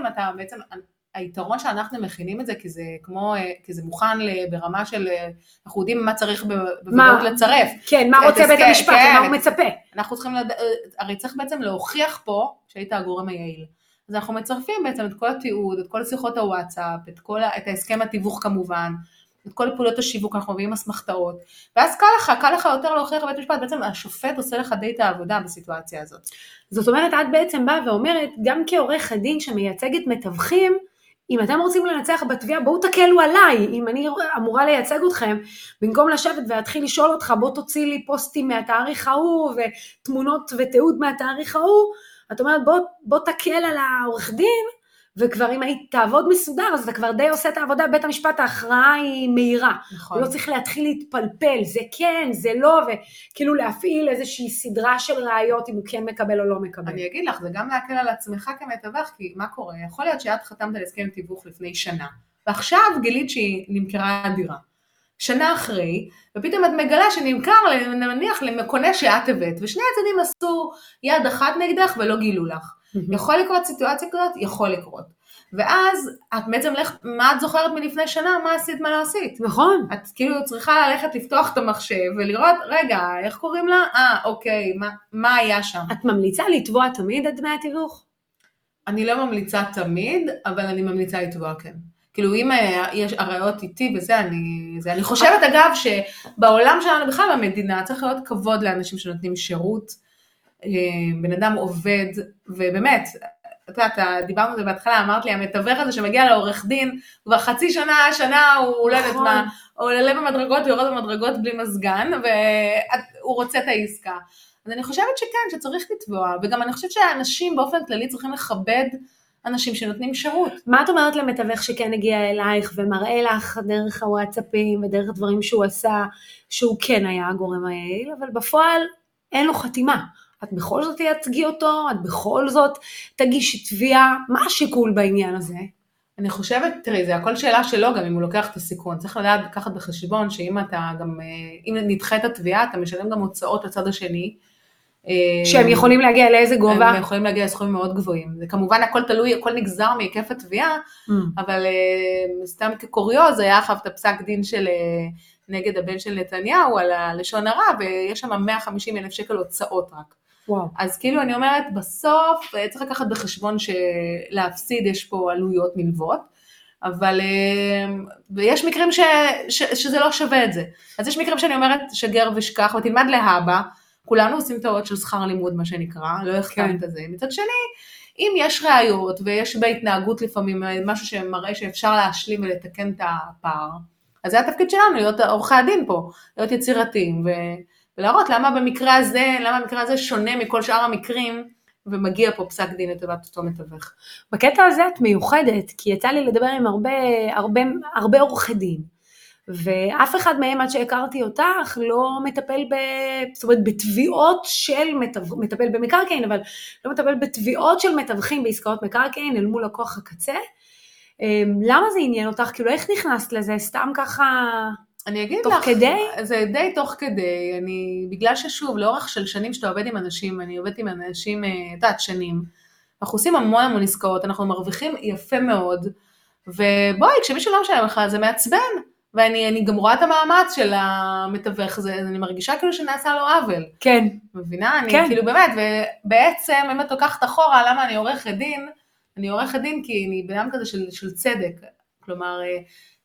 היתרון שאנחנו מכינים את זה, כי זה מוכן ברמה של, אנחנו יודעים מה צריך בבדוק לצרף. כן, מה רוצה בית המשפט, מה הוא מצפה. אנחנו צריכים, הרי צריך בעצם להוכיח פה שהיית הגורם היעיל. אז אנחנו מצרפים בעצם את כל התיעוד, את כל שיחות הוואטסאפ, את ההסכם התיווך כמובן, את כל פעולות השיווק, אנחנו מביאים אסמכתאות, ואז קל לך יותר להוכיח בבית משפט, בעצם השופט עושה לך די את העבודה בסיטואציה הזאת. זאת אומרת, את בעצם באה ואומרת, גם כעורך הדין שמייצגת מתווכים, אם אתם רוצים לנצח בתביעה, בואו תקלו עליי, אם אני אמורה לייצג אתכם, במקום לשבת ולהתחיל לשאול אותך, בוא תוציא לי פוסטים מהתאריך ההוא, ותמונות ותיעוד מהתאריך ההוא, את אומרת, בוא תקל על העורך דין, וכבר אם היית תעבוד מסודר, אז אתה כבר די עושה את העבודה, בית המשפט ההכרעה היא מהירה. נכון. הוא לא צריך להתחיל להתפלפל, זה כן, זה לא, וכאילו להפעיל איזושהי סדרה של ראיות, אם הוא כן מקבל או לא מקבל. אני אגיד לך, זה גם להקל על עצמך כמתווך, כי מה קורה? יכול להיות שאת חתמת על הסכם תיווך לפני שנה, ועכשיו גילית שהיא נמכרה דירה. שנה אחרי, ופתאום את מגלה שנמכר, נניח למקונה שאת הבאת, ושני הצדדים עשו יד אחת נגדך ולא גילו לך. יכול לקרות סיטואציה כזאת? יכול לקרות. ואז את בעצם מה את זוכרת מלפני שנה? מה עשית, מה לא עשית? נכון. את כאילו צריכה ללכת לפתוח את המחשב ולראות, רגע, איך קוראים לה? אוקיי, מה היה שם? את ממליצה לתבוע תמיד את דמי התיווך? אני לא ממליצה תמיד, אבל אני ממליצה לתבוע כן. כאילו אם יש הראיות איתי וזה, אני חושבת אגב שבעולם שלנו בכלל במדינה צריך להיות כבוד לאנשים שנותנים שירות, בן אדם עובד, ובאמת, אתה יודעת, דיברנו על זה בהתחלה, אמרת לי, המתווך הזה שמגיע לעורך דין, כבר חצי שנה הוא לא יודעת מה, הוא עולה במדרגות, הוא יורד במדרגות בלי מזגן, והוא רוצה את העסקה. אז אני חושבת שכן, שצריך לתבוע, וגם אני חושבת שהאנשים באופן כללי צריכים לכבד אנשים שנותנים שירות. מה את אומרת למתווך שכן הגיע אלייך, ומראה לך דרך הוואטסאפים, ודרך דברים שהוא עשה, שהוא כן היה הגורם היעיל, אבל בפועל אין לו חתימה. את בכל זאת תייצגי אותו, את בכל זאת תגיש תביעה, מה השיקול בעניין הזה? אני חושבת, תראי, זה הכל שאלה שלו, גם אם הוא לוקח את הסיכון, צריך לדעת לקחת בחשבון, שאם אתה גם, אם נדחה את התביעה, אתה משלם גם הוצאות לצד השני, שהם יכולים להגיע לאיזה גובה? הם יכולים להגיע לסכומים מאוד גבוהים, זה כמובן הכל תלוי, הכל נגזר מהיקף התביעה, אבל סתם כקוריוז, היה אחר את הפסק דין של נגד הבן של נתניהו, על הלשון הרע, ויש שם 150,000 שקל הוצאות רק. וואו. אז כאילו אני אומרת, בסוף צריך לקחת בחשבון שלהפסיד יש פה עלויות מלוות, אבל יש מקרים שזה לא שווה את זה. אז יש מקרים שאני אומרת שגר ושכח, ותלמד להבא, כולנו עושים טעות של שכר לימוד, מה שנקרא, לא החתמת את זה. מצד שני, אם יש ראיות ויש בהתנהגות לפעמים משהו שמראה שאפשר להשלים ולתקן את הפער, אז זה התפקיד שלנו, להיות עורכי הדין פה, להיות יצירתיים ולהראות למה המקרה הזה שונה מכל שאר המקרים, ומגיע פה פסק דין לטובת אותו מתווך. בקטע הזה את מיוחדת, כי יצא לי לדבר עם הרבה עורכי דין, ואף אחד מהם עד שהכרתי אותך לא מטפל זאת אומרת בתביעות של מטפל במקרקעין, אבל לא מטפל בתביעות של מתווכים בעסקאות מקרקעין אל מול לקוח הקצה. למה זה עניין אותך? כאילו איך נכנסת לזה? סתם ככה אני אגיד תוך לך, כדי? זה די תוך כדי, בגלל ששוב, לאורך של שנים שאתה עובד עם אנשים, אני עובדת עם אנשים, שנים, אנחנו עושים המון עסקאות, אנחנו מרוויחים יפה מאוד, ובואי, כשמישהו לא משלם לך, זה מעצבן, ואני גם רואה את המאמץ של המתווך, אני מרגישה כאילו שנעשה לו עוול. כן. מבינה? אני כאילו באמת, ובעצם, אם את לוקחת אחורה, למה אני עורכת דין? אני עורכת דין כי אני בן אדם כזה של צדק, כלומר,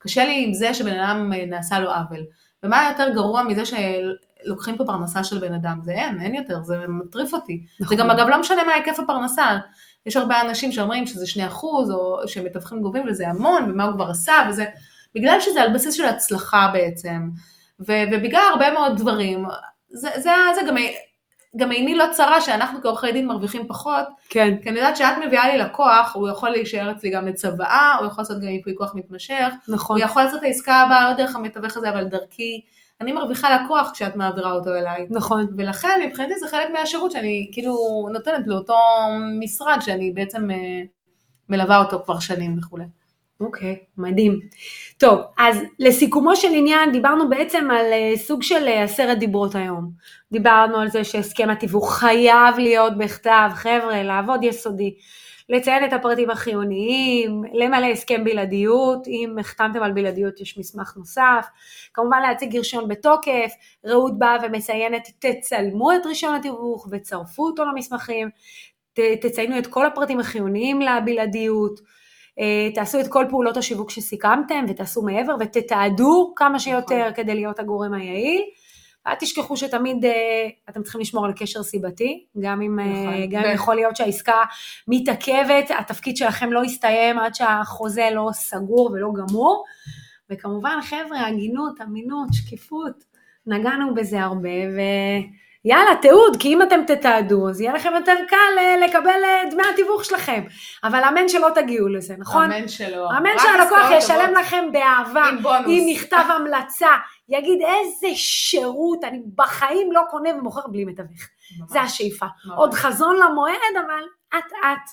קשה לי עם זה שבן אדם נעשה לו עוול. ומה יותר גרוע מזה שלוקחים פה פרנסה של בן אדם? זה אין יותר, זה מטריף אותי. נכון. זה גם אגב לא משנה מה היקף הפרנסה. יש הרבה אנשים שאומרים שזה 2% או שמתווכים גובים וזה המון, ומה הוא כבר עשה, וזה בגלל שזה על בסיס של הצלחה בעצם, ובגלל הרבה מאוד דברים, זה גם איני לא צרה שאנחנו כעורכי דין מרוויחים פחות, כן. כי אני יודעת שאת מביאה לי לקוח, הוא יכול להישאר אצלי גם לצוואה, הוא יכול לעשות גם ייפוי כוח מתמשך, נכון. הוא יכול לעשות את העסקה הבאה, לא דרך המתווך הזה, אבל דרכי, אני מרוויחה לקוח כשאת מעבירה אותו אליי. נכון. ולכן מבחינתי זה חלק מהשירות שאני כאילו נותנת לאותו משרד, שאני בעצם מלווה אותו כבר שנים וכו'. אוקיי, מדהים. טוב, אז לסיכומו של עניין, דיברנו בעצם על סוג של 10 דיברות היום. דיברנו על זה שהסכם התיווך חייב להיות בכתב, חבר'ה, לעבוד יסודי, לציין את הפרטים החיוניים, למלא הסכם בלעדיות, אם החתמתם על בלעדיות יש מסמך נוסף, כמובן להציג רישיון בתוקף, רעות באה ומציינת, תצלמו את רישיון התיווך וצרפו אותו למסמכים, תציינו את כל הפרטים החיוניים לבלעדיות, תעשו את כל פעולות השיווק שסיכמתם ותעשו מעבר ותתעדו כמה שיותר כדי להיות הגורם היעיל, ואל תשכחו שתמיד אתם צריכים לשמור על קשר סיבתי, גם אם יכול להיות שהעסקה מתעכבת, התפקיד שלכם לא יסתיים עד שהחוזה לא סגור ולא גמור, וכמובן חבר'ה, הגינות, אמינות, שקיפות, נגענו בזה הרבה, ויאללה, תיעוד, כי אם אתם תתעדו, אז יהיה לכם יותר קל לקבל דמי התיווך שלכם, אבל אמן שלא תגיעו לזה, נכון? אמן שלא. אמן שהלקוח ישלם לכם באהבה, עם מכתב המלצה, יגיד איזה שירות, אני בחיים לא קונה ומוכר בלי מתווך. זה השאיפה. עוד חזון למועד, אבל את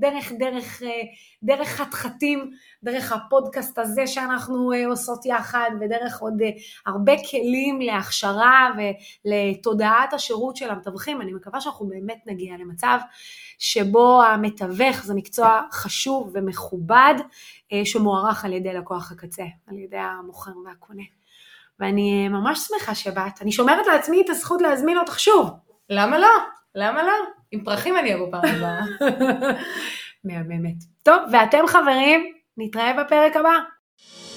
דרך חתחתים, דרך הפודקאסט הזה שאנחנו עושות יחד, ודרך עוד הרבה כלים להכשרה ולתודעת השירות של המתווכים, אני מקווה שאנחנו באמת נגיע למצב שבו המתווך זה מקצוע חשוב ומכובד, שמוערך על ידי לקוח הקצה, על ידי המוכר והקונה. ואני ממש שמחה שבאת, אני שומרת לעצמי את הזכות להזמין אותך שוב. למה לא? למה לא? עם פרחים אני אבוא פעם הבאה. באמת. טוב, ואתם חברים, נתראה בפרק הבא.